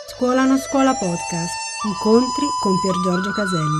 Scuola non scuola podcast. Incontri con Pier Giorgio Caselli.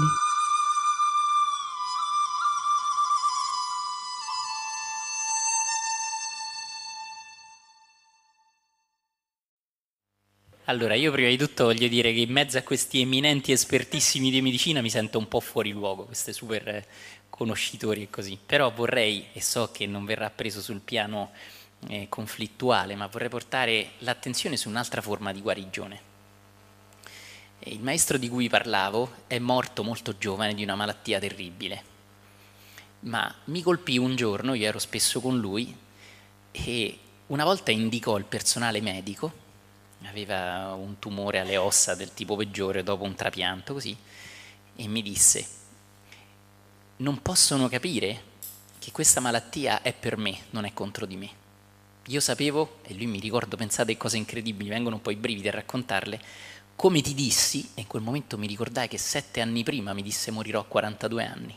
Allora, io prima di tutto voglio dire che in mezzo a questi eminenti espertissimi di medicina mi sento un po' fuori luogo, questi super conoscitori e così. Però vorrei, e so che non verrà preso sul piano conflittuale, ma vorrei portare l'attenzione su un'altra forma di guarigione. Il maestro di cui parlavo è morto molto giovane di una malattia terribile, ma mi colpì un giorno, io ero spesso con lui, e una volta indicò il personale medico, aveva un tumore alle ossa del tipo peggiore dopo un trapianto così, e mi disse: non possono capire che questa malattia è per me, non è contro di me. Io sapevo, e lui mi ricordo, pensate che cose incredibili, vengono un po' i brividi a raccontarle, come ti dissi, e in quel momento mi ricordai che 7 anni prima mi disse morirò a 42 anni.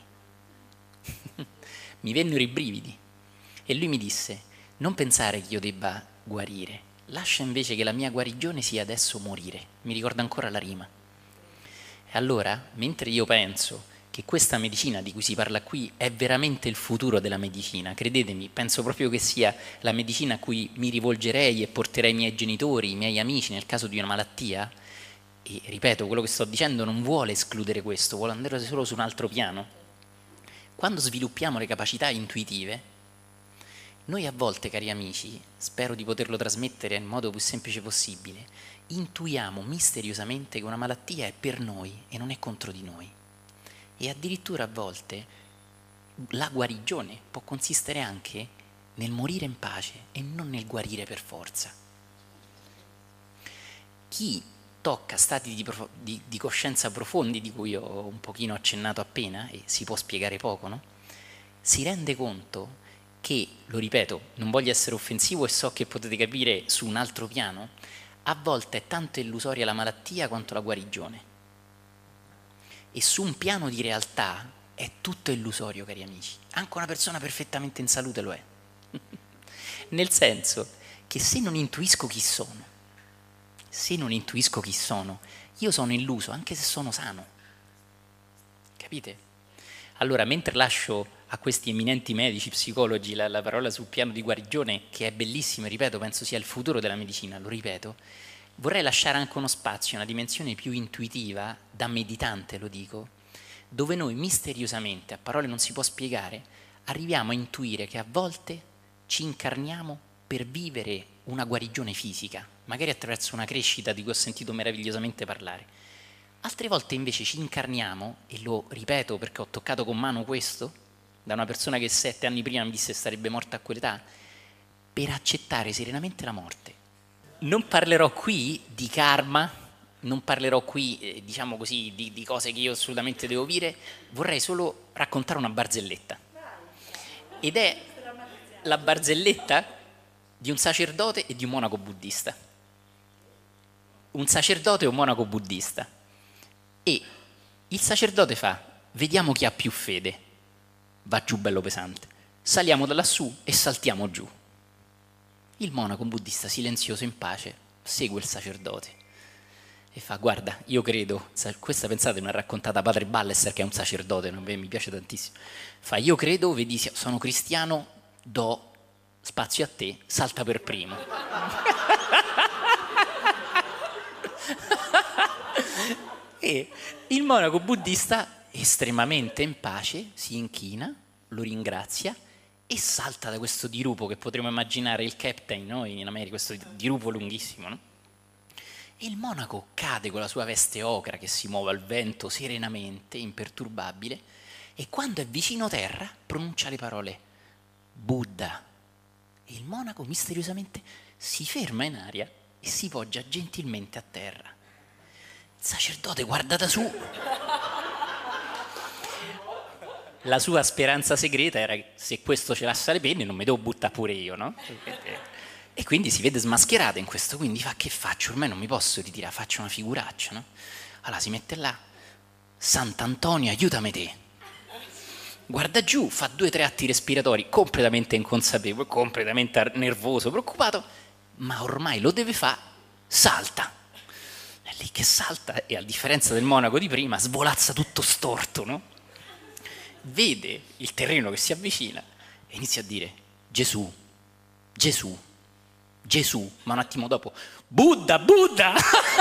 Mi vennero i brividi e lui mi disse: non pensare che io debba guarire, lascia invece che la mia guarigione sia adesso morire. Mi ricordo ancora la rima. E allora, mentre io penso che questa medicina di cui si parla qui è veramente il futuro della medicina, credetemi, penso proprio che sia la medicina a cui mi rivolgerei e porterei i miei genitori, i miei amici nel caso di una malattia, e ripeto, quello che sto dicendo non vuole escludere questo, vuole andare solo su un altro piano. Quando sviluppiamo le capacità intuitive, noi a volte, cari amici, spero di poterlo trasmettere nel modo più semplice possibile, intuiamo misteriosamente che una malattia è per noi e non è contro di noi. E addirittura a volte la guarigione può consistere anche nel morire in pace e non nel guarire per forza. Chi tocca stati di coscienza profondi, di cui ho un pochino accennato appena, e si può spiegare poco, no? Si rende conto che, lo ripeto, non voglio essere offensivo e so che potete capire su un altro piano, a volte è tanto illusoria la malattia quanto la guarigione. E su un piano di realtà è tutto illusorio, cari amici. Anche una persona perfettamente in salute lo è. Nel senso che se non intuisco chi sono, io sono illuso anche se sono sano. Capite? Allora, mentre lascio a questi eminenti medici, psicologi, la parola sul piano di guarigione, che è bellissimo, e ripeto, penso sia il futuro della medicina, lo ripeto, vorrei lasciare anche uno spazio, una dimensione più intuitiva, da meditante lo dico, dove noi misteriosamente, a parole non si può spiegare, arriviamo a intuire che a volte ci incarniamo per vivere una guarigione fisica, magari attraverso una crescita di cui ho sentito meravigliosamente parlare. Altre volte invece ci incarniamo, e lo ripeto perché ho toccato con mano questo, da una persona che 7 anni prima mi disse sarebbe morta a quell'età, per accettare serenamente la morte. Non parlerò qui di karma, non parlerò qui, diciamo così, di cose che io assolutamente devo dire, vorrei solo raccontare una barzelletta. Ed è la barzelletta di un sacerdote e di un monaco buddista. Un sacerdote e un monaco buddista. E il sacerdote fa: vediamo chi ha più fede. Va giù bello pesante. Saliamo da lassù e saltiamo giù. Il monaco buddista, silenzioso in pace, segue il sacerdote e fa: guarda, io credo, questa pensate non è raccontata Padre Ballester, che è un sacerdote, mi piace tantissimo, fa: io credo, vedi, sono cristiano, do spazio a te, salta per primo. E il monaco buddista, estremamente in pace, si inchina, lo ringrazia e salta da questo dirupo che potremmo immaginare il captain, no? In America, questo dirupo lunghissimo, no? E il monaco cade con la sua veste ocra che si muove al vento serenamente, imperturbabile, e quando è vicino terra pronuncia le parole Buddha. E il monaco misteriosamente si ferma in aria e si poggia gentilmente a terra. Il sacerdote guarda da su. La sua speranza segreta era che se questo ce l'assa le penne non mi devo buttare pure io, no? E quindi si vede smascherata in questo, quindi fa: che faccio? Ormai non mi posso ritirare, faccio una figuraccia, no? Allora si mette là: Sant'Antonio, aiutami te. Guarda giù, fa 2 o 3 atti respiratori, completamente inconsapevole, completamente nervoso, preoccupato, ma ormai lo deve fare, salta. È lì che salta e, a differenza del monaco di prima, svolazza tutto storto, no? Vede il terreno che si avvicina e inizia a dire: Gesù, Gesù, Gesù, ma un attimo dopo: Buddha, Buddha!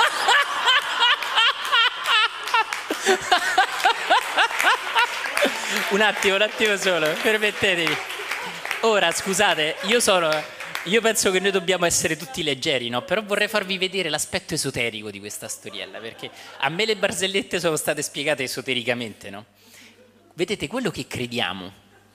Un attimo solo, permettetemi. Ora, scusate, io penso che noi dobbiamo essere tutti leggeri, no? Però vorrei farvi vedere l'aspetto esoterico di questa storiella, perché a me le barzellette sono state spiegate esotericamente, no? Vedete, quello che crediamo.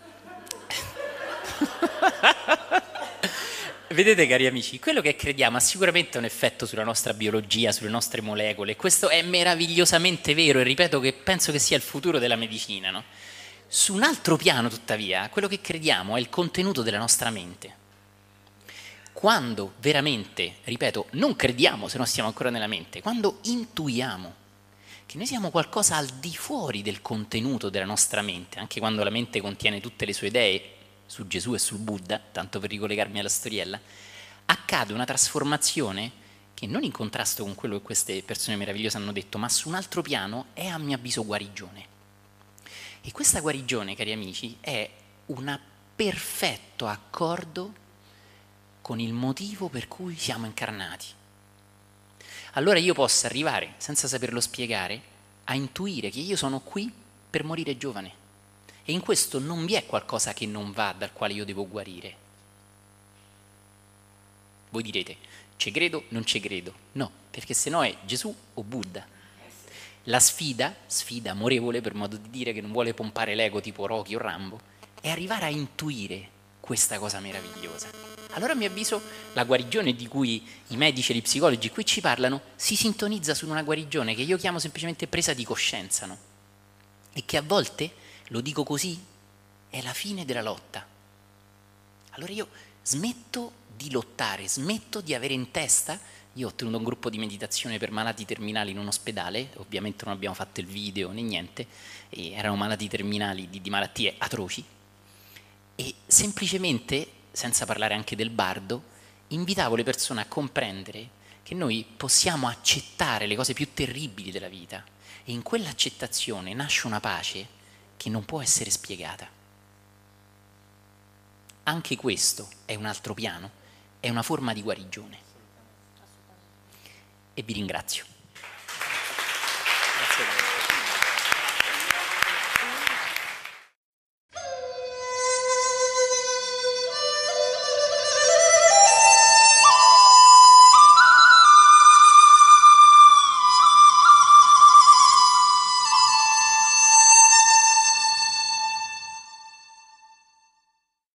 Vedete, cari amici, quello che crediamo ha sicuramente un effetto sulla nostra biologia, sulle nostre molecole. Questo è meravigliosamente vero e ripeto che penso che sia il futuro della medicina, no? Su un altro piano, tuttavia, quello che crediamo è il contenuto della nostra mente. Quando veramente, ripeto, non crediamo se non siamo ancora nella mente, quando intuiamo che noi siamo qualcosa al di fuori del contenuto della nostra mente, anche quando la mente contiene tutte le sue idee su Gesù e sul Buddha, tanto per ricollegarmi alla storiella, accade una trasformazione che non in contrasto con quello che queste persone meravigliose hanno detto, ma su un altro piano è a mio avviso guarigione. E questa guarigione, cari amici, è un perfetto accordo con il motivo per cui siamo incarnati. Allora io posso arrivare, senza saperlo spiegare, a intuire che io sono qui per morire giovane. E in questo non vi è qualcosa che non va, dal quale io devo guarire. Voi direte: ci credo, non ci credo. No, perché se no è Gesù o Buddha. La sfida amorevole, per modo di dire, che non vuole pompare l'ego tipo Rocky o Rambo, è arrivare a intuire questa cosa meravigliosa. Allora, a mio avviso, la guarigione di cui i medici e gli psicologi qui ci parlano si sintonizza su una guarigione che io chiamo semplicemente presa di coscienza, no? E che a volte, lo dico così, è la fine della lotta. Allora io smetto di lottare, smetto di avere in testa. Io ho tenuto un gruppo di meditazione per malati terminali in un ospedale, ovviamente non abbiamo fatto il video né niente, e erano malati terminali di malattie atroci, e semplicemente, senza parlare anche del bardo, invitavo le persone a comprendere che noi possiamo accettare le cose più terribili della vita, e in quell'accettazione nasce una pace che non può essere spiegata. Anche questo è un altro piano, è una forma di guarigione. E vi ringrazio.